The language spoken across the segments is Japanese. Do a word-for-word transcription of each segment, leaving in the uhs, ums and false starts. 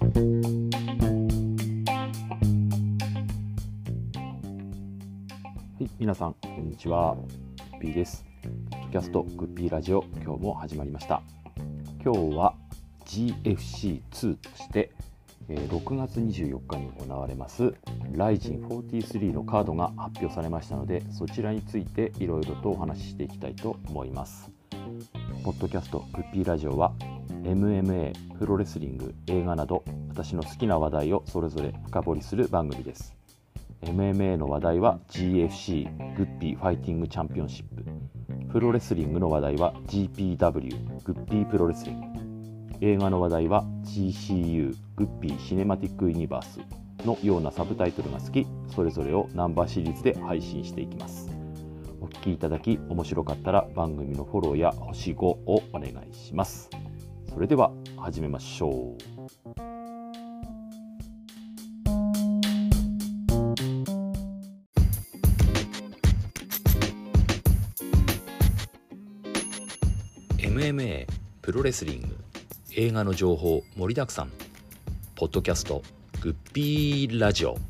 はい、皆さんこんにちは。グッピーです。ポッドキャストグッピーラジオ、今日も始まりました。今日は ジーエフシーツー としてろくがつにじゅうよっかに行われますライジンフォーティースリーのカードが発表されましたので、そちらについていろいろとお話ししていきたいと思います。ポッドキャストグッピーラジオは エムエムエー、プロレスリング、映画など私の好きな話題をそれぞれ深掘りする番組です。エムエムエー の話題は ジーエフシー グッピーファイティングチャンピオンシップ、プロレスリングの話題は ジーピーダブリュー グッピープロレスリング、映画の話題は ジーシーユー グッピーシネマティックユニバースのようなサブタイトルが好き、それぞれをナンバーシリーズで配信していきます。お聞きいただき面白かったら番組のフォローや星ごをお願いします。それでは始めましょう。エムエムエー プロレスリング、映画の情報盛りだくさん、ポッドキャストグッピーラジオ。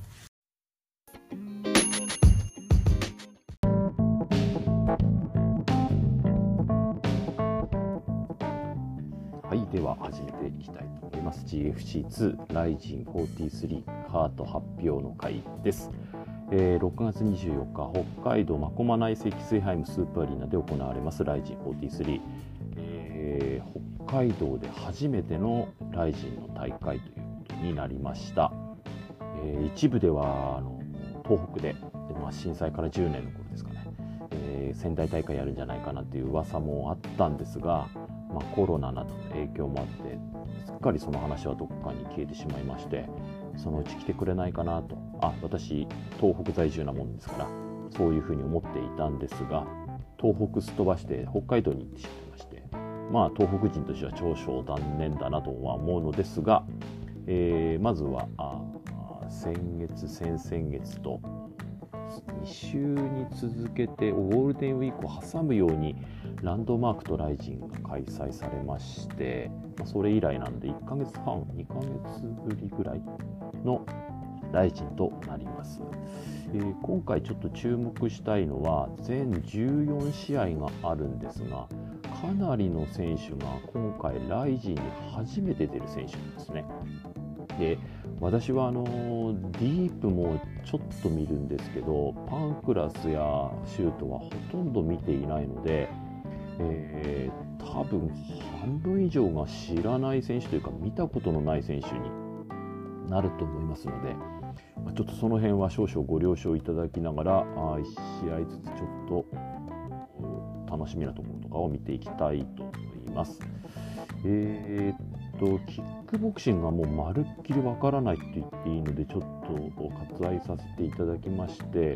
はい、では始めていきたいと思います。 ジーエフシーツー ライジンフォーティースリーカード発表の回です。えー、ろくがつにじゅうよっか、北海道真駒内積水ハイムスーパーアリーナで行われますライジンフォーティースリー、えー、北海道で初めてのライジンの大会ということになりました。えー、一部ではあの東北で、まあ、震災からじゅうねんの頃ですかね、えー、仙台大会やるんじゃないかなという噂もあったんですが、まあ、コロナなどの影響もあってすっかりその話はどこかに消えてしまいまして、そのうち来てくれないかなと、あ、私東北在住なもんですからそういうふうに思っていたんですが、東北すっ飛ばして北海道に行ってしまいまして、まあ東北人としては長所残念だなとは思うのですが、えー、まずはあ先月先々月とに週に続けてゴールデンウィークを挟むようにランドマークとライジンが開催されまして、それ以来なんでいっかげつはんにかげつぶりぐらいのライジンとなります。えー、今回ちょっと注目したいのは全じゅうよんしあいがあるんですが、かなりの選手が今回ライジンに初めて出る選手なんですね。で、私はあのディープもちょっと見るんですけど、パンクラスやシュートはほとんど見ていないので、えー、多分半分以上が知らない選手というか見たことのない選手になると思いますので、ちょっとその辺は少々ご了承いただきながらあいち試合ずつちょっと楽しみなところとかを見ていきたいと思います。えー、っとキックボクシングはもうまるっきりわからないと言っていいのでちょっと割愛させていただきまして、え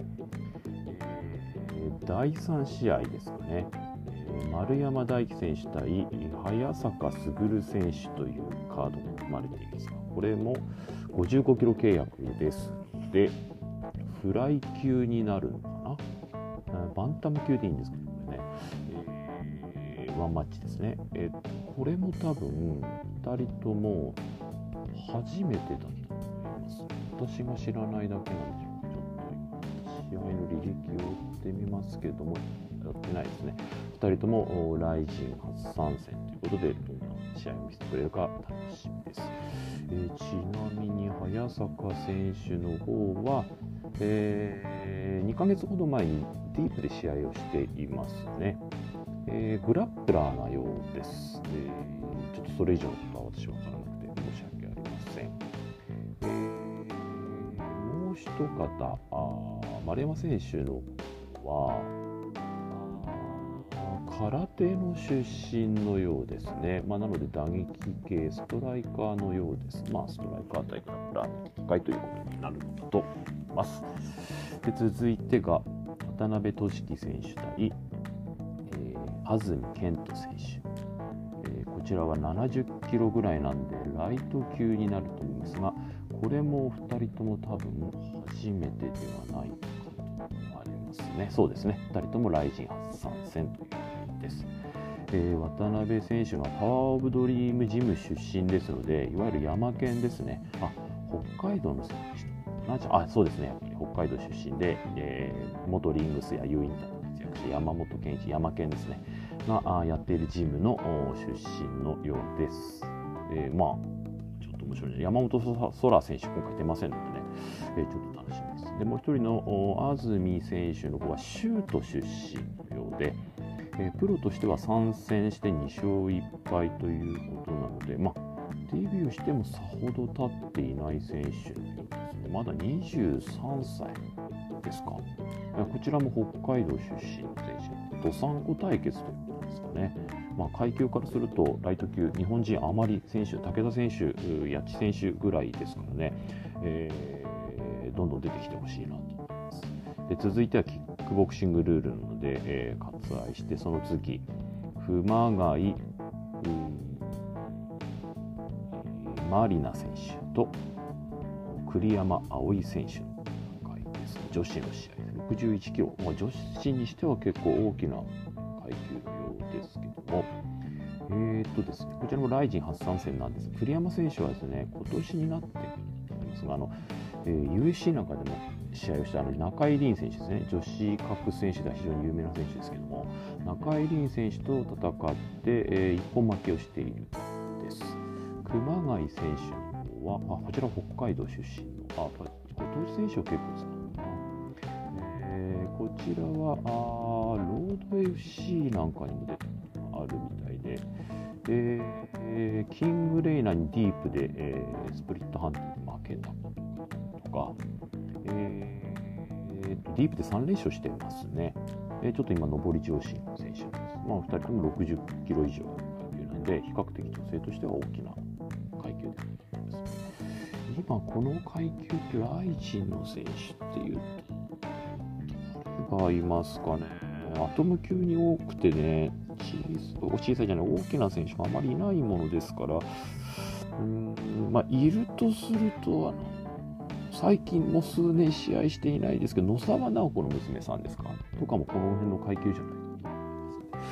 ー、だいさんしあいですかね、丸山大輝選手対早坂優選手というカードが組まれていますが、これもごじゅうごキロ契約ですのでフライ級になるのかな、バンタム級でいいんですかね、これね、えー、ワンマッチですね。えー、これも多分ふたりとも初めてだと思います。私が知らないだけなんでしょうか。ちょっと試合の履歴を追ってみますけども、やってないですね。ふたりともライジン初参戦ということで、どんな試合を見せてくれるか楽しみです。えー、ちなみに早坂選手の方は、えー、にかげつほど前にディープで試合をしていますね。えー、グラップラーなようです。えー、ちょっとそれ以上のことは私は分からなくて申し訳ありません。えー、もう一方、あ丸山選手のは空手の出身のようですね。まあ、なので打撃系ストライカーのようです。まあ、ストライカー対グラップラーの戦いということになるのだと思います。で、続いてが渡辺俊樹選手対、えー、安住健人選手、えー、こちらはななじゅっキロぐらいなんでライト級になると思いますが、これもふたりとも多分初めてではないかと思われますね。そうですね、ふたりともライジン初参戦というです。 えー、渡辺選手がパワーオブドリームジム出身ですので、いわゆる山県ですね。あ、北海道の選手なんちゃあそうですね、北海道出身で、えー、元リングスや U インターで活躍した山本健一、山県ですねがやっているジムの出身のようです。えー、まあちょっと面白いね。山本空選手今回出ませんのでね、えー、ちょっと楽しみです。でもう一人の安住選手の方はシュート出身のようで、えー、プロとしては参戦してに勝いっぱいということなので、まあデビューしてもさほど経っていない選手のようですね。まだにじゅうさんさいですか。こちらも北海道出身の選手、どさんこ対決ということですかね。まあ、階級からするとライト級、日本人あまり選手、武田選手、八千選手ぐらいですからね、えー、どんどん出てきてほしいなと思います。で、続いてはキックボクシングルールなので、えー、割愛して、その次、熊谷マリナ選手と栗山葵選手の戦いです。女子の試合でろくじゅういちキロ、まあ、女子にしては結構大きな階級のようですけども、えーっとですね、こちらもライジン初参戦なんです。栗山選手はですね、今年になってくると思いますが、あの、えー、ユーエフシー なんかでも試合をしたあの中井凛選手ですね、女子格選手では非常に有名な選手ですけども、中井凛選手と戦って、えー、一本負けをしているです。熊谷選手の方は、あ、こちら北海道出身の、あ、後藤選手は結構ですか、えー、こちらはあロード エフシー なんかにも出てあるみたいで、えー、キングレイナーにディープで、えー、スプリットハンディで負けたとか、えー、ディープでさん連勝していますね。えー、ちょっと今上り調子の選手です。まあ、ふたりともろくじゅっキロ以上階級なんで、比較的女性としては大きな階級であると思います。今この階級ってライジンの選手っていうと誰がいますかね。アトム級に多くてね、小, 小さいじゃない大きな選手があまりいないものですから、うーん、まあいるとすると、あの最近も数年試合していないですけど、野沢直子の娘さんですかとかもこの辺の階級じゃないかと思います。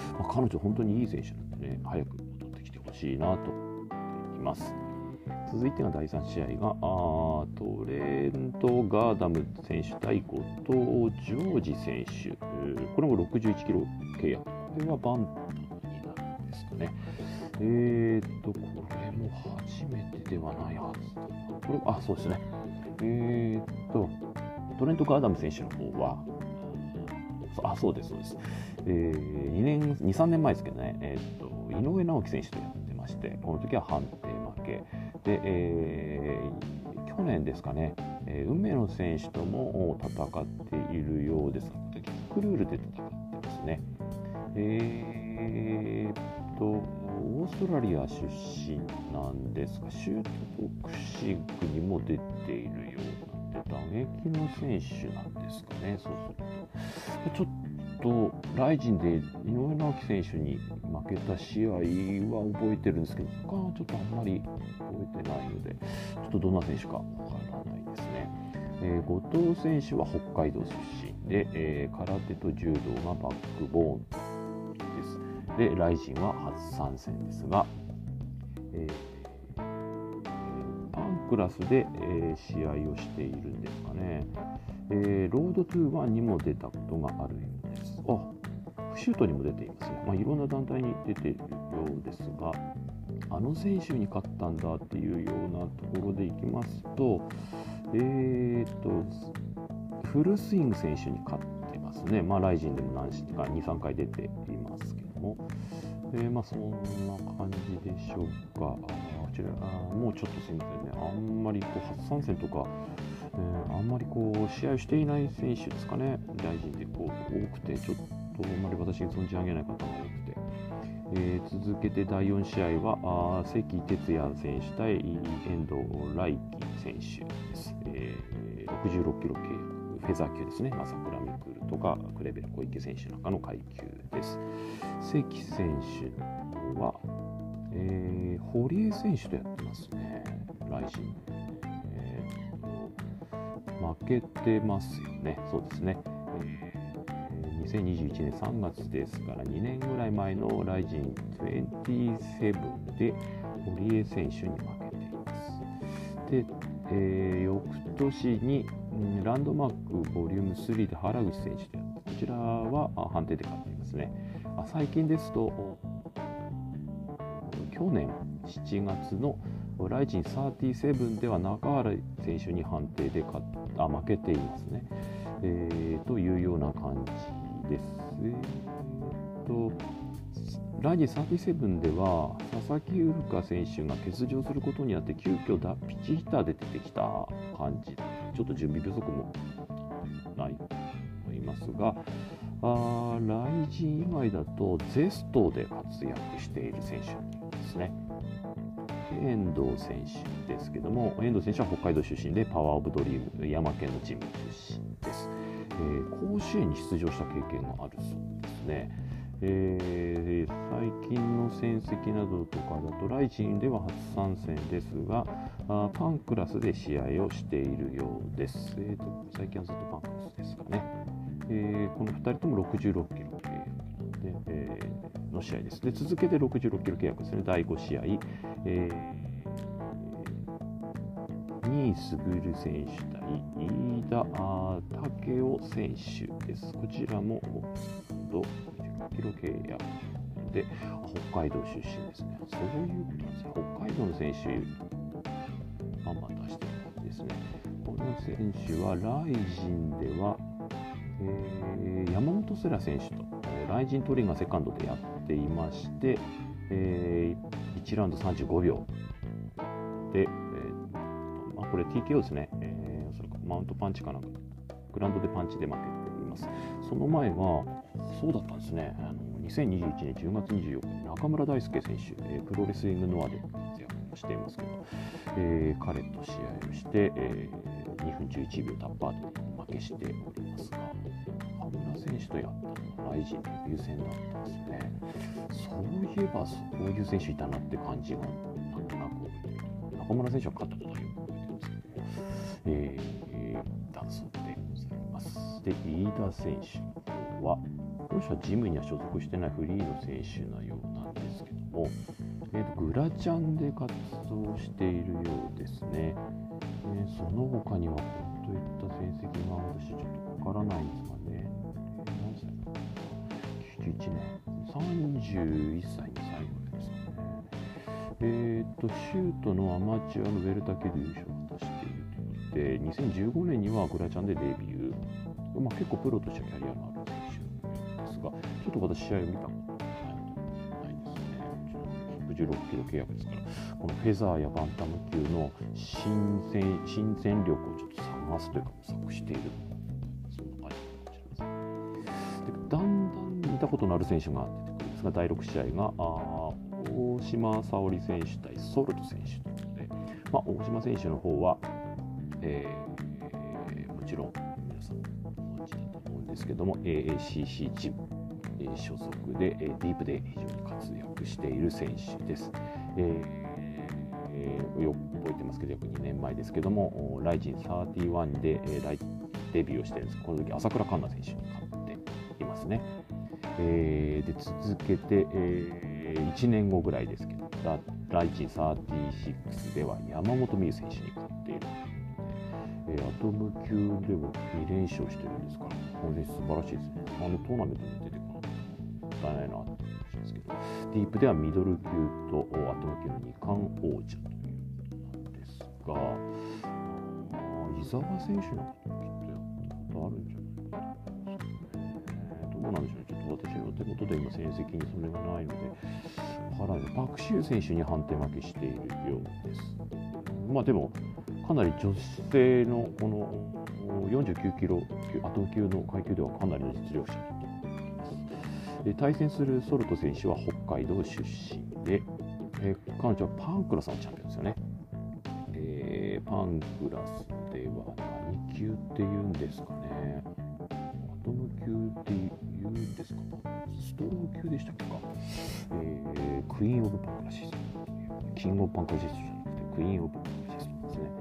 まあ、彼女本当にいい選手なんでね、早く戻ってきてほしいなと思っています。続いてがだいさん試合があトレント・ガーダム選手対後藤ジョージ選手、これもろくじゅういちキロ契約、これはバンタムになるんですかね。えーとこれも初めてではないはずだな。これあそうですね。えーとトレント・ガーダム選手の方はあそうですそうです、えー、にねんにさんねんまえですけどね、えーと井上直樹選手とやってまして、この時は判定負けで、えー、去年ですかね、えー、梅野選手とも戦っているようです。キックルールで戦ってますね。えー、とオーストラリア出身なんですが、シュートボクシングにも出ているようなんで、打撃の選手なんですかね。そうするとちょっとライジンで井上直樹選手に負けた試合は覚えてるんですけど、他はちょっとあんまり覚えてないので、ちょっとどんな選手かわからないですね。えー、後藤選手は北海道出身で、えー、空手と柔道がバックボーンです。で、ライジンは初参戦ですが、えー、パンクラスで、えー、試合をしているんですかね。えー、ロードトゥーワンにも出たことがあるようです。あ、フシュートにも出ていますね。まあ、いろんな団体に出ているようですが、あの選手に勝ったんだっていうようなところでいきますと、えーと、フルスイング選手に勝ってますね。まあ、ライジンでも何しかに、さんかい出ていますけども、えー、まあそんな感じでしょうか。あこちらあもうちょっとすみませんね。あんまりこう初参戦とか、えー、あんまりこう試合をしていない選手ですかね。ライジンでこう多くて、ちょっとあんまり私が存じ上げない方が多くて。えー、続けてだいよん試合はあ関哲也選手対遠藤来輝選手です。えー、ろくじゅうろっキロ契約、フェザー級ですね。まあ、桜ミクルとかクレベル小池選手なんかの階級です。関選手は、えー、堀江選手とやってますね。来シーン、えー、負けてますよね。そうですね。えーにせんにじゅういちねんさんがつですからにねんぐらい前のライジンにじゅうななで堀江選手に負けています。で、えー、翌年に、うん、ランドマークボリュームスリーで原口選手でこちらは判定で勝っていますね。あ最近ですと去年しちがつのライジンさんじゅうななでは中原選手に判定で勝あ負けていますね、えー、というような感じです。えー、とライジンさんじゅうななでは佐々木ウルカ選手が欠場することによって急遽ピッチヒッターで出てきた感じ、ちょっと準備不足もないと思いますが、あライジン以外だとゼストで活躍している選手ですね。遠藤選手ですけども、遠藤選手は北海道出身でパワーオブドリーム山県のチーム出身です。えー、甲子園に出場した経験があるそうですね。えー、最近の戦績などとかだとライジンでは初参戦ですが、あパンクラスで試合をしているようです。えー、と最近はずっとパンクラスですかね。えー、このふたりともろくじゅうろっキロ契約で、えー、の試合です。で続けてろくじゅうろっキロ契約ですね。だいご試合、えー、にい卓選手対飯田武雄選手です。こちらもろくじゅうろっキロ契約で北海道出身ですね。そういうことなんですね。北海道の選手バンバン出してる感じですね。この選手はライジンではえー、山本セラ選手とライジントリガーセカンドでやっていまして、えー、いちラウンドさんじゅうごびょうで、えーまあ、これ ティーケーオー ですね、えー、それかマウントパンチかなんかグラウンドでパンチで負けています。その前がそうだったんですね。あのにせんにじゅういちねんじゅうがつにじゅうよっかに中村大輔選手、えー、プロレスリングノアで活躍をしていますけど、えー、彼と試合をして、えー、にふんじゅういちびょうタッパーで負けしておりますが、中村選手とやったのがライジンのデビュー戦だったんですね。そういえばそういう選手いたなって感じがなんとなく覚えている。中村選手は勝ったことはよく覚えてるんですけども、えー、だそうでございます。で、飯田選手はこの人はジムには所属してないフリーの選手のようなんですけども、えー、とグラチャンで活動しているようですね。えー、その他にはといった成績が私ちょっとわからないんですがね。何歳だろう。きゅうじゅういちねん、さんじゅういっさいに最後ですね。えっ、ー、とシュートのアマチュアのウェルタ級で優勝を果たしているということで、にせんじゅうごねんにはグラチャンでデビュー。まあ、結構プロとしてはキャリアのある選手ですが、ちょっと私試合を見たことないのでないですね。ろくじゅうろっキロ契約ですから、このフェザーやバンタム級の新戦新戦力をちょっと探すというか模索している、そんな感じかもしれません。でだんだん見たことのある選手が出てくるんですが、だいろく試合があ大島沙織選手対ソルト選手ということで、まあ、大島選手の方は、えー、もちろん皆さんご存知だと思うんですけども エーエーシーシー チーム所属でディープで非常に活躍している選手です。えー、よく覚えてますけど、約にねんまえですけども、ライジンさんじゅういちでライデビューをしているんです。この時朝倉環奈選手に勝っていますね。えー、で続けて、えー、いちねんごぐらいですけど、ライジンさんじゅうろくでは山本美優選手に勝っている。えー、アトム級でもにれんしょうしてるんですから、この選手素晴らしいですね。あのトーナメントに出てくるのもったいないなって感じですけど、ディープではミドル級とアトム級のにかん王者ということなんですが、伊沢選手のこともきっとやったことあるんじゃないかと思いますけどね。どうなんでしょうね。ちょっと私の手元で今戦績にそれがないので、パラでパクシュー選手に判定負けしているようです。まあでもかなり女性のこのよんじゅうきゅうキロアトム級の階級ではかなりの実力者だと思います。で対戦するソルト選手は北海道出身で、えー、彼女はパンクラスのチャンピオンですよね。えー、パンクラスでは何級っていうんですかね。アトム級っていうんですか。ストロー級でしたっけか。えー、クイーンオブパンクラシスト。キングオブパンクラシストじゃなくてクイーンオブパンクラシストですね。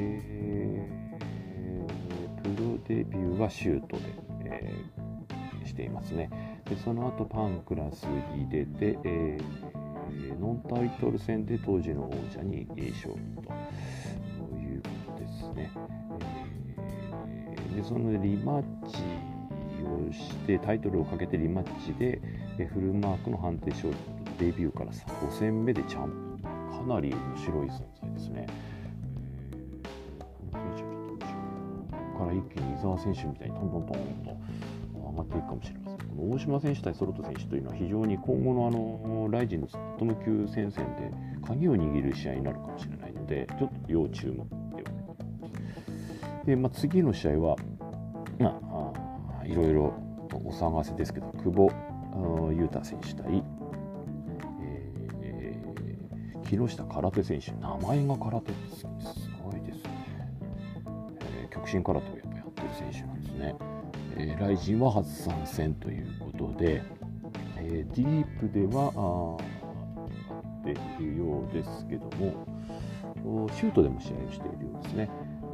えー、プロデビューはシュートで、えー、ししていますね。でその後パンクラスに出て、えー、ノンタイトル戦で当時の王者に勝利ということですね。えー、でそのリマッチをしてタイトルをかけてリマッチでフルマークの判定勝利、デビューからご戦目でチャンピオン、かなり面白い存在ですね。から一気に伊沢選手みたいにトントントンと上がっていくかもしれません。この大島選手対ソロト選手というのは非常に今後のあのライジンのトットム級戦線で鍵を握る試合になるかもしれないので、ちょっと要注目ではないかと思います。で、まあ、次の試合は、まあ、いろいろとお騒がせですけど、久保優太選手対、えー、木下空手選手、名前が空手ってすごいですね。極真空手をやっぱやってる選手なんですね。えー、ライジンは初参戦ということで、えー、ディープではあっているようですけども、シュートでも試合をしているようですね。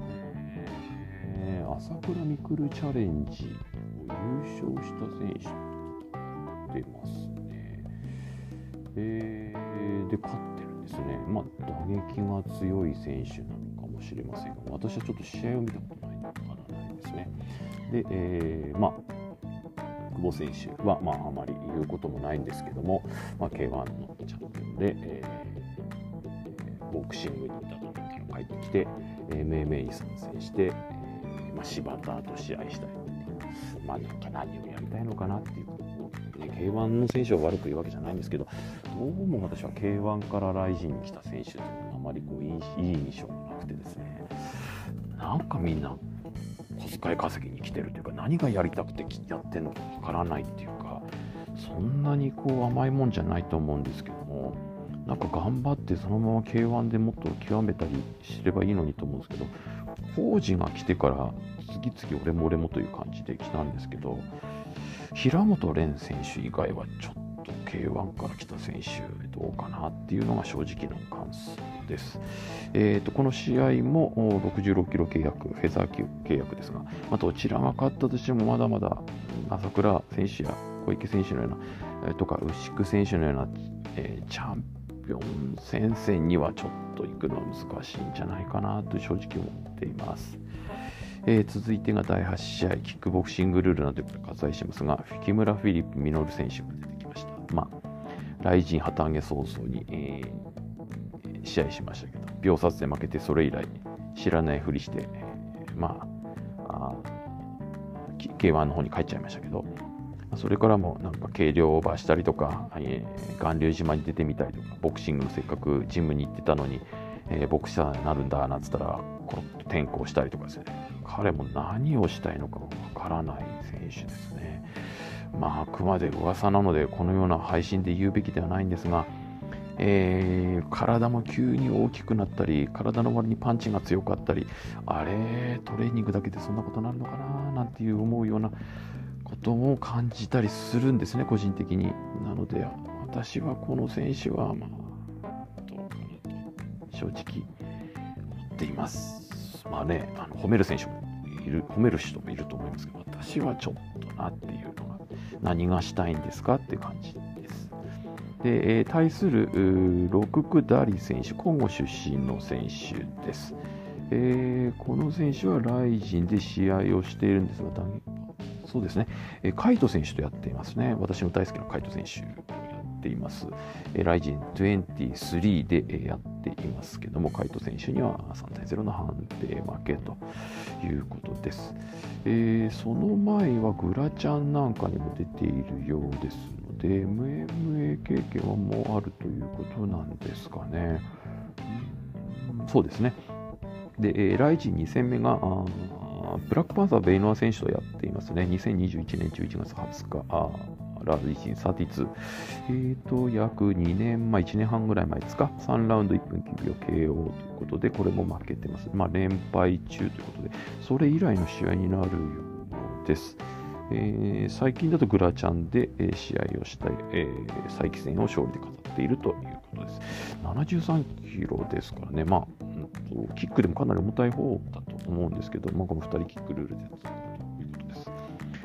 えー、朝倉未来チャレンジを優勝した選手出ますね。えー、で勝ってるんですね。まあ打撃が強い選手なのかもしれませんが、私はちょっと試合を見たことないのでわからないですね。で、えー、まあ久保選手は、まあ、あまり言うこともないんですけども、まあ、ケーワン のチャンピオンで、えー、ボクシングにいた時から帰ってきて エムエムエー に参戦して、えーまあ、柴田と試合したいっていう、まあ、なんか何をやりたいのかなっていう、ね、ケーワン の選手を悪く言うわけじゃないんですけど、どうも私は ケーワン からライジンに来た選手っていうのはあまりこういい、いい印象がなくてですね、なんかみんな小遣い稼ぎに来てるというか、何がやりたくてやってんのかわからないっていうか、そんなにこう甘いもんじゃないと思うんですけども、なんか頑張ってそのまま ケーワン でもっと極めたりすればいいのにと思うんですけど、コージが来てから次々俺も俺もという感じで来たんですけど、平本蓮選手以外はちょっと ケーワン から来た選手どうかなっていうのが正直な感想です。えー、とこの試合もろくじゅうろっキロ契約、フェザー級契約ですが、まあ、どちらが勝ったとしてもまだまだ朝倉選手や小池選手のような、えー、とか牛久選手のような、えー、チャンピオン戦線にはちょっと行くのは難しいんじゃないかなと正直思っています。えー、続いてがだいはち試合、キックボクシングルールなどで割愛しますが、木村フィリップ・ミノル選手が出てきました。まあ、ライジン旗揚げ早々に、えー、試合しましたけど、秒殺で負けて、それ以来知らないふりして、えー、まあ、あ ケーワン の方に帰っちゃいましたけど、それからもなんか軽量オーバーしたりとか、えー、巌流島に出てみたりとか、ボクシングのせっかくジムに行ってたのに、えー、ボクサーになるんだなんつったらコロッと転向したりとかですね、彼も何をしたいのかわからない選手ですね。まああくまで噂なのでこのような配信で言うべきではないんですが、えー、体も急に大きくなったり、体の割にパンチが強かったり、あれトレーニングだけでそんなことになるのかななんていう思うようなことも感じたりするんですね、個人的に。なので私はこの選手はまあどうかなと正直思っています。まあね、あの褒める選手もいる、褒める人もいると思いますけど、私はちょっとなっていうのが、何がしたいんですかっていう感じです。で、えー、対する六九ダリ選手、コンゴ出身の選手です。えー、この選手はライジンで試合をしているんですが、そうですね、えー、カイト選手とやっていますね。私の大好きなカイト選手とやっています。えー、ライジンにじゅうさんで、えー、やっていますけども、カイト選手にはさんたいゼロの判定負けということです。えー、その前はグラチャンなんかにも出ているようですので、エムエムエー 経験はもうあるということなんですかね。うん、そうですね。で、えー、ライジンに戦目がブラックパンサーベイノア選手とやっていますね。にせんにじゅういちねんじゅういちがつはつか、あライジンさんじゅうに。えーと、約にねんまえ、いちねんはんぐらい前ですか、さんラウンドいっぷんきゅうびょう ケーオー ということで、これも負けてます。まあ、連敗中ということで、それ以来の試合になるようです。えー、最近だとグラチャンで、えー、試合をした、えー、再起戦を勝利で飾っているということです。ななじゅうさんキロですからね、まあ、うんと、キックでもかなり重たい方だと思うんですけど、まあ、このふたりキックルールでやっているということです。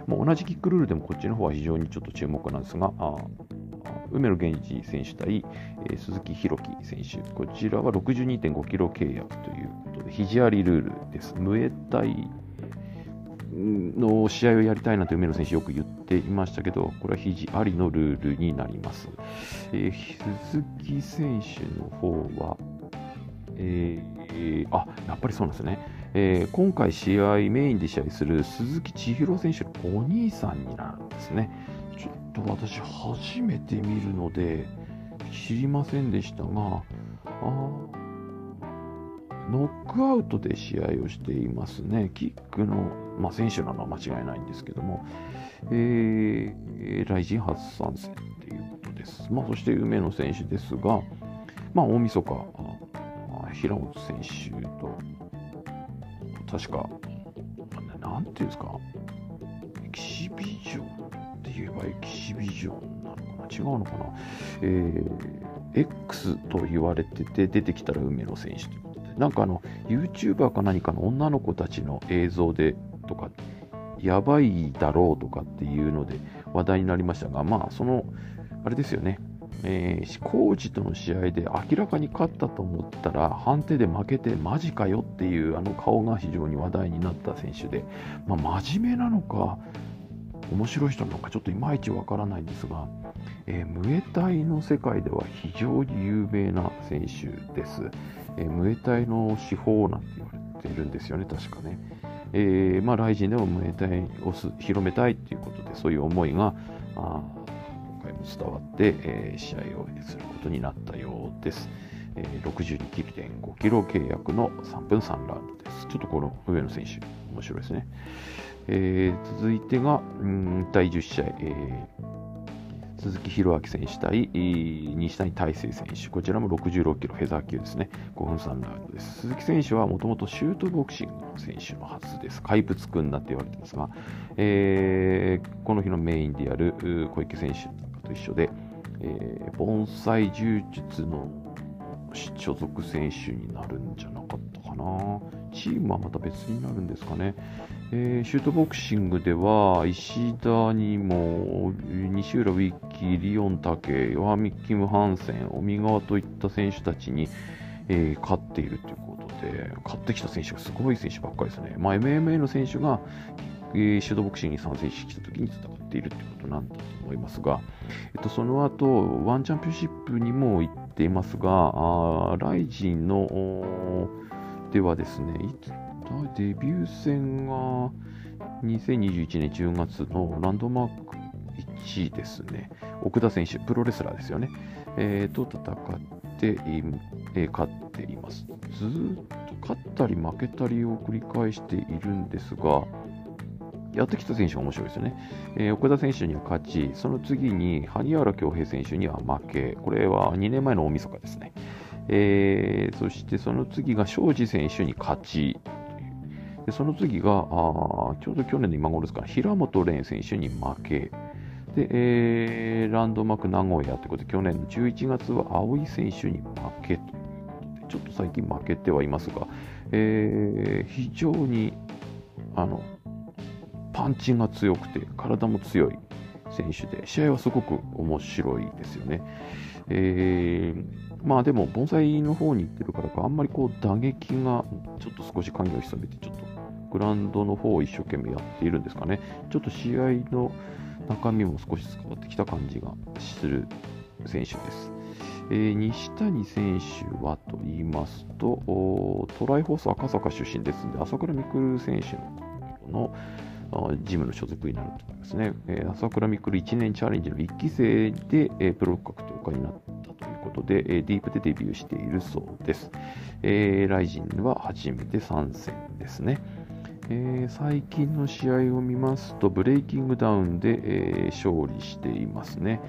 まあ、同じキックルールでもこっちの方は非常にちょっと注目なんですが、あ梅野源氏選手対、えー、鈴木宏樹選手、こちらは ろくじゅうにてんごキロ契約ということで、肘ありルールです。ムエタイの試合をやりたいなと梅野選手よく言っていましたけど、これは肘ありのルールになります。えー、鈴木選手の方は、えー、あ、やっぱりそうなんですね。えー、今回試合、メインで試合する鈴木千尋選手のお兄さんになるんですね。ちょっと私初めて見るので知りませんでしたが、あノックアウトで試合をしていますね。キックの、まあ、選手なのは間違いないんですけども、えー、ライジン初参戦ということです。まあ、そして梅野選手ですが、まあ、大晦日、平本選手と、確か、なんていうんですか、エキシビジョンって言えばエキシビジョンなのかな、違うのかな、えー、X と言われてて、出てきたら梅野選手ということで、なんかあの、YouTuber か何かの女の子たちの映像でとか、やばいだろうとかっていうので話題になりましたが、まあ、その、あれですよね。えー、コーチとの試合で明らかに勝ったと思ったら判定で負けてマジかよっていうあの顔が非常に話題になった選手で、まあ、真面目なのか面白い人なのかちょっといまいちわからないんですが、えー、ムエタイの世界では非常に有名な選手です。えー、ムエタイの司法なんて言われてるんですよね、確かね。えーまあ、ライジンでもムエタイを広めたいということで、そういう思いがあ伝わって、えー、試合をすることになったようです。えー、ろくじゅうにてんごキロ契約のさんぷんさんラウンドです。ちょっとこの上野選手、面白いですね。えー、続いてが、うんだいじゅっ試合、えー、鈴木宏明選手対西谷大成選手、こちらもろくじゅうろっキロフェザー級ですね。ごふんさんラウンドです。鈴木選手はもともとシュートボクシングの選手のはずです。怪物くんだって言われてるんですが、えー、この日のメインである小池選手と一緒で、えー、盆栽柔術の所属選手になるんじゃなかったかな。チームはまた別になるんですかね。えー、シュートボクシングでは石田にも西浦ウィッキー、リオンタケ、ヨハミキム・ハンセン、尾身川といった選手たちに、えー、勝っているということで、勝ってきた選手がすごい選手ばっかりですね。まあ、エムエムエー の選手が、えー、シュートボクシングに参戦してきたときに戦っているということなんだと思いますが、えっと、その後、ワンチャンピオンシップにも行っていますが、あライジンのではですね、いつデビュー戦がにせんにじゅういちねんじゅうがつのランドマークいちいですね。奥田選手、プロレスラーですよね。えー、と戦って、えー、勝っています。ずーっと勝ったり負けたりを繰り返しているんですが、やってきた選手が面白いですよね。えー、奥田選手には勝ち、その次に萩原恭平選手には負け、これはにねんまえの大晦日ですね。えー、そしてその次が庄司選手に勝ち、でその次があちょうど去年の今頃ですから、平本蓮選手に負け、で、えー、ランドマーク名古屋ということで、去年のじゅういちがつは青井選手に負けということで、ちょっと最近負けてはいますが、えー、非常にあのパンチが強くて体も強い選手で、試合はすごく面白いですよね。えー、まあでも盆栽の方に行ってるからか、あんまりこう打撃がちょっと少し影を潜めて、ちょっとグラウンドの方を一生懸命やっているんですかね。ちょっと試合の中身も少し変わってきた感じがする選手です。えー、西谷選手はと言いますと、トライフォース赤坂出身ですので、朝倉未来選手のジムの所属になると思いますね。えー、朝倉未来いちねんチャレンジのいっき生で、えー、プロ格闘家になったということで、えー、ディープでデビューしているそうです。えー、ライジンは初めて参戦ですね。えー、最近の試合を見ますと、ブレイキングダウンで、えー、勝利していますね。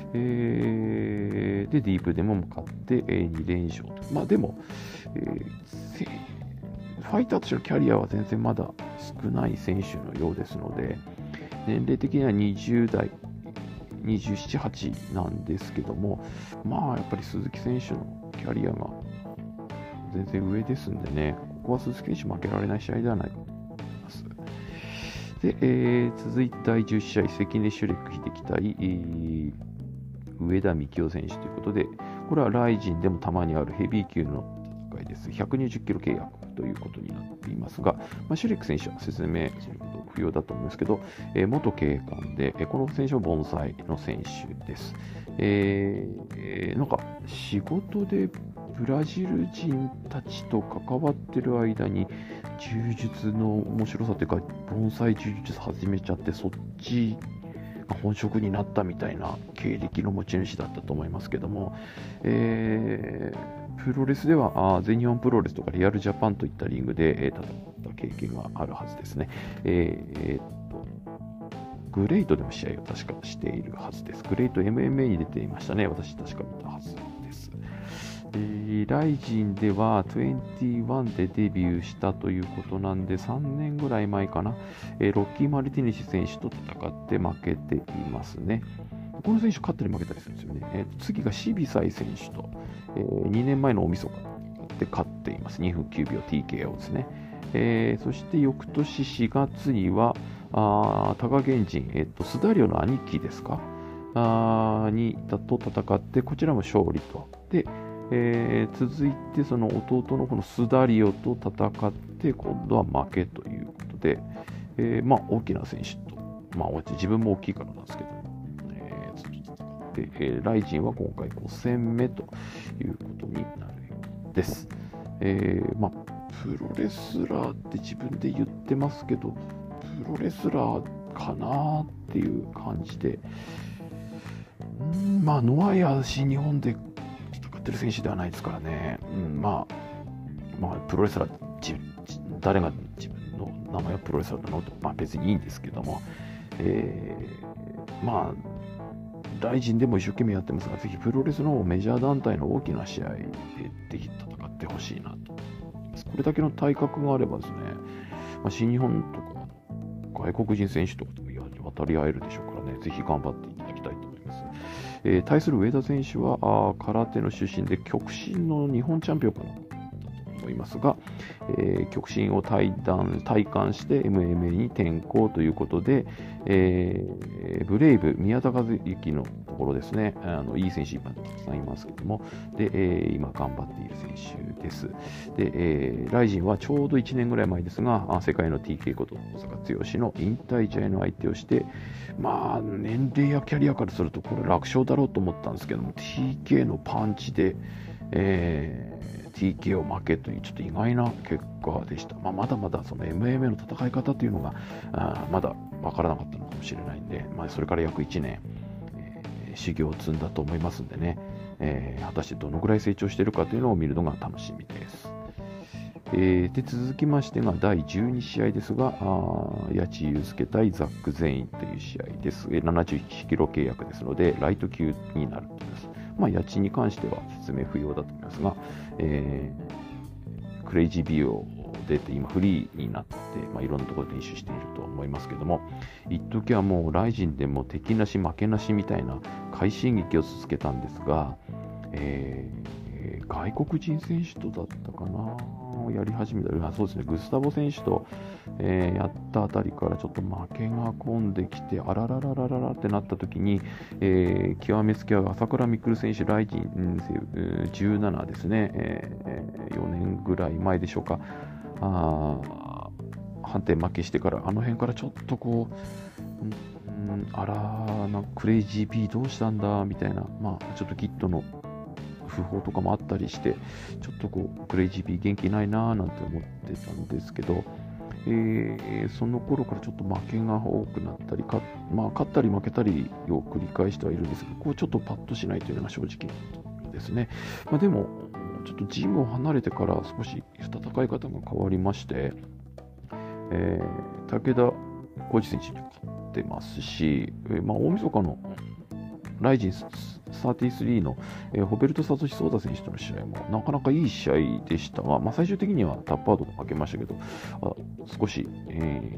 えー、で、ディープでも勝って、えー、に連勝と。まあでも、えー、ファイターとしてのキャリアは全然まだ少ない選手のようですので、年齢的にはにじゅう代、にじゅうなな、はちなんですけども、まあやっぱり鈴木選手のキャリアが全然上ですんでね、ここは鈴木選手負けられない試合ではないかと思います。 で、えー、続いてだいじゅっ試合、関根シュレック秀樹対、えー、上田幹夫選手ということで、これはライジンでもたまにあるヘビー級の戦いです。ひゃくにじゅっキロ契約ということになっていますが、まあ、シュレック選手は説明すること不要だと思いますけど、えー、元警官で、えー、この選手は盆栽の選手です。えー、なんか仕事でブラジル人たちと関わってる間に柔術の面白さというか、盆栽柔術始めちゃって、そっちが本職になったみたいな経歴の持ち主だったと思いますけども、えープロレスではあ全日本プロレスとかリアルジャパンといったリングで、えー、戦った経験があるはずですね。えー、っとグレイトでも試合を確かしているはずです。グレイト エムエムエー に出ていましたね。私確か見たはずです。えー、ライジンではにじゅういちでデビューしたということなんで、さんねんぐらい前かな、えー、ロッキー・マルティネシ選手と戦って負けていますね。この選手勝ったり負けたりするんですよね。えー、次がシビサイ選手と、えー、にねんまえの大晦日で勝っています。にふんきゅうびょう ティーケーオー ですね。えー、そして翌年しがつには、あ多賀源人、えーと、スダリオの兄貴ですかあにだと戦って、こちらも勝利と。で、えー、続いてその弟のこのスダリオと戦って、今度は負けということで、えー、まあ大きな選手と、まあ自分も大きいからなんですけど、で、えー、ライジンは今回ご戦目ということになるようです。えー、まあ、プロレスラーって自分で言ってますけど、プロレスラーかなっていう感じで、んまあ、ノアや新日本で戦ってる選手ではないですからね、うん、まあ、まあ、プロレスラー、誰が自分の名前はプロレスラーなのと、まあ、別にいいんですけども、えー、まあ、ライジンでも一生懸命やってますが、ぜひプロレスのメジャー団体の大きな試合でぜひ戦ってほしいなと思います。これだけの体格があればですね、まあ、新日本とか外国人選手とかとも渡り合えるでしょうからね、ぜひ頑張っていただきたいと思います。えー、対する上田選手はあ空手の出身で極真の日本チャンピオンかなと思いますが、えー、極真を体感体感して エムエムエー に転向ということで、えー、ブレイブ宮田和幸のところですね、あのいい選手今たくさんいますけども、で、えー、今頑張っている選手です。で、えー、ライジンはちょうどいちねんぐらい前ですが、世界の ティーケー こと小坂剛の引退試合の相手をして、まあ年齢やキャリアからするとこれ楽勝だろうと思ったんですけども、 ティーケー のパンチで、えーティーケー を負けというちょっと意外な結果でした。まあ、まだまだその エムエムエー の戦い方というのがあまだ分からなかったのかもしれないんで、まあ、それから約いちねん、えー、修行を積んだと思いますんでね、えー、果たしてどのぐらい成長しているかというのを見るのが楽しみです。えー、で続きましてがだいじゅうに試合ですが、谷地祐介対ザック・ゼインという試合です。ななじゅういちキロ契約ですので、ライト級になるとです。まあ、谷地に関しては説明不要だと思いますが、えー、クレイジービューを出て今フリーになって、まあ、いろんなところで練習していると思いますけども、一時はもうライジンでも敵なし負けなしみたいな快進撃を続けたんですが、えー、外国人選手とだったかなやり始めた、あそうですね、グスタボ選手と、えー、やったあたりからちょっと負けが込んできて、あららららららってなった時に、えー、極めつきは朝倉未来選手、ライジンじゅうななですね、えー、よねんぐらい前でしょうか、あ判定負けしてから、あの辺からちょっとこう、うん、あらなクレイジー P どうしたんだみたいな、まあ、ちょっとキットの不法とかもあったりして、ちょっとこうクレイジー P 元気ないなーなんて思ってたんですけど、えー、その頃からちょっと負けが多くなったりか、まあ、勝ったり負けたりを繰り返してはいるんですが、こうちょっとパッとしないというのが正直ですね。まあ、でもちょっとジムを離れてから少し戦い方が変わりまして、えー、武田浩二選手に勝ってますし、えーまあ、大晦日のライジンさんじゅうさんの、えー、ホベルト・サトシ・ソーダ選手との試合もなかなかいい試合でしたが、まあ、最終的にはタップアウトで負けましたけど、あ少し、え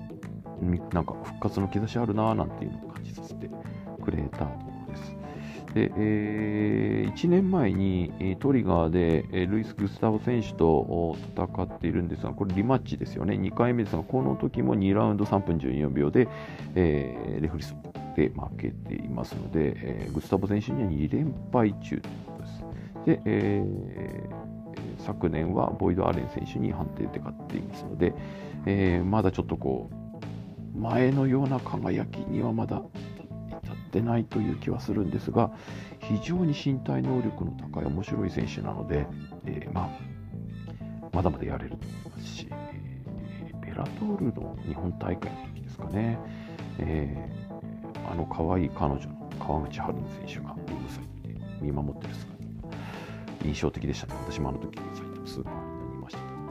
ー、なんか復活の兆しあるなーなんていうのを感じさせてくれたところです。 で、えー、いちねんまえにえートリガーでえールイス・グスタボ選手と戦っているんですが、これリマッチですよね。にかいめですが、この時もにラウンドさんぷんじゅうよんびょうで、えー、レフリスで負けていますので、えー、グスタボ選手にはにれんぱい中ということです。で、えー、昨年はボイド・アレン選手に判定で勝っていますので、えー、まだちょっとこう前のような輝きにはまだ至ってないという気はするんですが、非常に身体能力の高い面白い選手なので、えーまあ、まだまだやれると思いますし、えー、ベラトールの日本大会の時ですかね、えー、あの可愛い彼女の川口春奈選手がリングサイドで見守っている姿が印象的でしたね。私もあの時埼玉スーパーにいましたけど、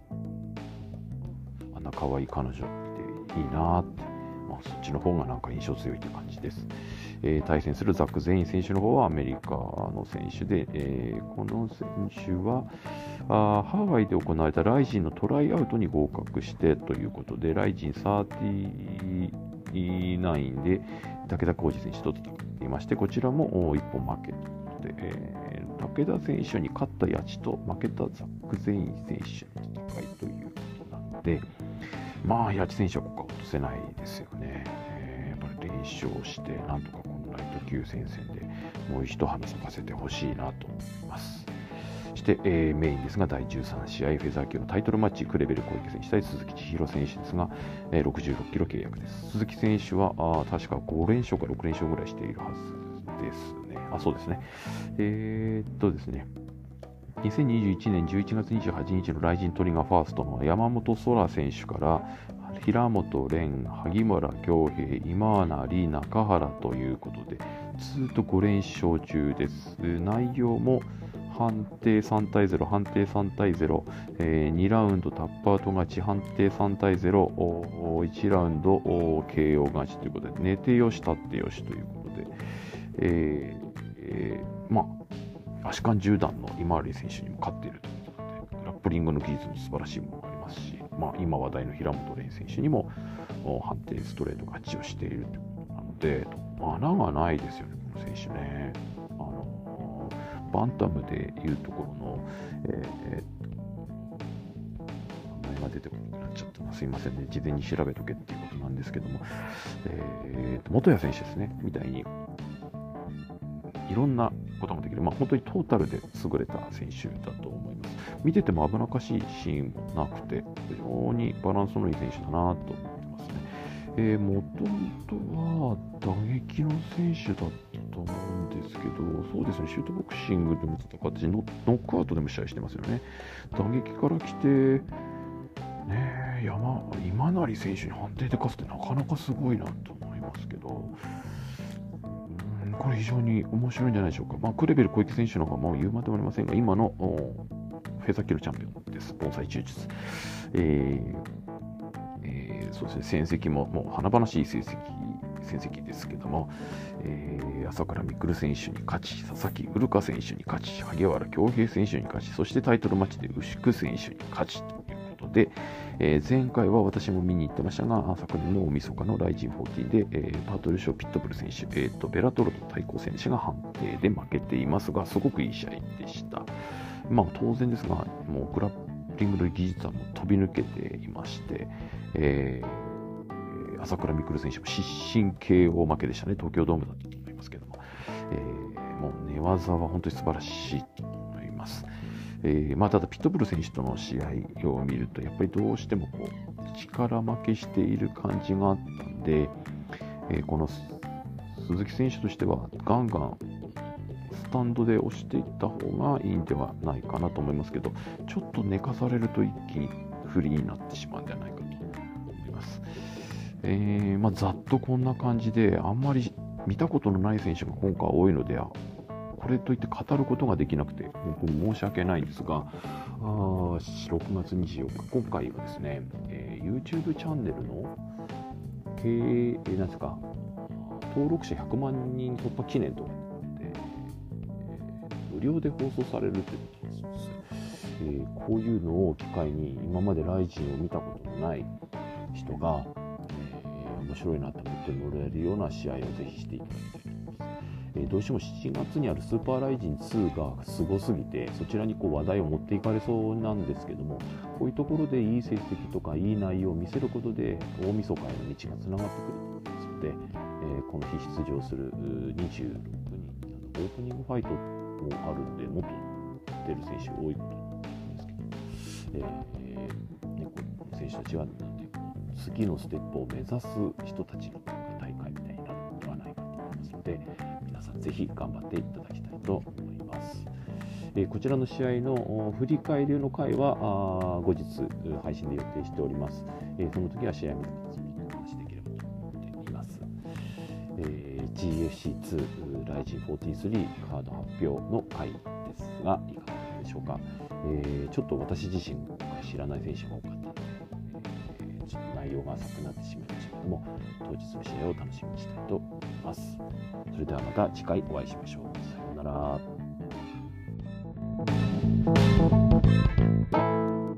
あんな可愛い彼女っていいなーって、まあ、そっちの方がなんか印象強いという感じです。えー、対戦するザック・ゼイン選手の方はアメリカの選手で、えー、この選手はあハワイで行われたライジンのトライアウトに合格してということで、ライジンさんじゅうきゅうで武田浩二選手と戦っていまして、こちらもいっぽん負けということで、えー、武田選手に勝ったヤチと負けたザック・ゼイン選手の戦いということなので、まあヤチ選手はここは落とせないですよね。えー、やっぱり連勝してなんとかこのライト級戦線でもう一花咲かせてほしいなと思います。そして、えー、メインですがだいじゅうさんしあいフェザー級のタイトルマッチ、クレベル小池選手対鈴木千尋選手ですが、えー、ろくじゅうろっキロ契約です。鈴木選手はあ確かごれんしょうかろくれんしょうぐらいしているはずですね。あ、そうですね。えー、っとですね。にせんにじゅういちねんじゅういちがつにじゅうはちにちのライジントリガーファーストの山本空選手から平本蓮、萩村恭平、今穴里、中原ということでずっとごれんしょう中です。内容も判定さんたいゼロ、判定さんたいゼロ、えー、にラウンドタップアウト勝ち、判定さんたいゼロ、いちラウンド ケーオー 勝ちということで、寝てよし、立ってよしということで、えーえー、まあ、アシカンじゅう段の今成選手にも勝っているということで、グラップリングの技術も素晴らしいものがありますし、まあ、今話題の平本蓮選手にも判定ストレート勝ちをしているということなので、穴がないですよね、この選手ね。あのバンタムでいうところの、えー、名前が出てこなくなっちゃったな、すいませんね、事前に調べとけっていうことなんですけども、えー、元谷選手ですね、みたいにいろんなことができる、まあ、本当にトータルで優れた選手だと思います。見てても危なっかしいシーンもなくて、非常にバランスのいい選手だなと思ってますね。えー、もともとは打撃の選手だったと思うんですけど、そうですね、シュートボクシングでも戦って、ノックアウトでも試合してますよね。打撃から来て、ね、山今成選手に判定で勝つってなかなかすごいなと思いますけど、これ非常に面白いんじゃないでしょうか。まあ、クレベル小池選手の方がもう言うまでもありませんが、今のフェザー級のチャンピオンです。盆栽柔術。えーえー、そうですね、戦績ももう華々しい成績、戦績ですけども、えー、朝倉未来選手に勝ち、佐々木うるか選手に勝ち、萩原恭平選手に勝ち、そしてタイトルマッチで牛久選手に勝ちということで、えー、前回は私も見に行ってましたが、昨年の大晦日のライジンフォーティーで、えー、パートルショーピットブル選手、えーと、ベラトロと対抗選手が判定で負けていますが、すごくいい試合でした。まあ当然ですが、もうグラップリングの技術はもう飛び抜けていまして、えー、朝倉未来選手も失神 ケーオー 負けでしたね。東京ドームだったと思いますけども、えー、もう寝技は本当に素晴らしいと思います。えーまあ、ただピットブル選手との試合を見るとやっぱりどうしてもこう力負けしている感じがあったんで、えー、この鈴木選手としてはガンガンスタンドで押していった方がいいんではないかなと思いますけど、ちょっと寝かされると一気に不利になってしまうんではないかと思います。えーまあ、ざっとこんな感じであんまり見たことのない選手が今回多いので、これといって語ることができなくて本当に申し訳ないんですが、あろくがつにじゅうよっか、今回はですね、えー、YouTube チャンネルの経営、えー、なんですか、登録者ひゃくまんにん突破記念とかで、えー、無料で放送されるということです。えー、こういうのを機会に今までライジンを見たことのない人が、えー、面白いなと思ってもらえるような試合をぜひしていただきたいと思います。 えー、どうしてもしちがつにあるスーパーライジンツーがすごすぎて、そちらにこう話題を持っていかれそうなんですけども、こういうところでいい成績とかいい内容を見せることで大晦日への道がつながってくると思いますので、えー、この日出場するにじゅうろくにん、オープニングファイトもあるんで、もっと出る選手多いことなんですけど、えーね、この選手たちはなんで次のステップを目指す人たちの大会みたいになるのではないかと思いますので、皆さんぜひ頑張っていただきたいと思います。えー、こちらの試合の振り返りの回は後日配信で予定しております。えー、その時は試合見てお話できればと思っています。えー、ジーエフシーツー ライジンフォーティースリーカード発表の回ですが、いかがでしょうか。えー、ちょっと私自身知らない選手が多かったので、えー、ちょっと内容が浅くなってしまいましたけども、当日の試合を楽しみにしたいと思います。それではまた次回お会いしましょう。さようなら。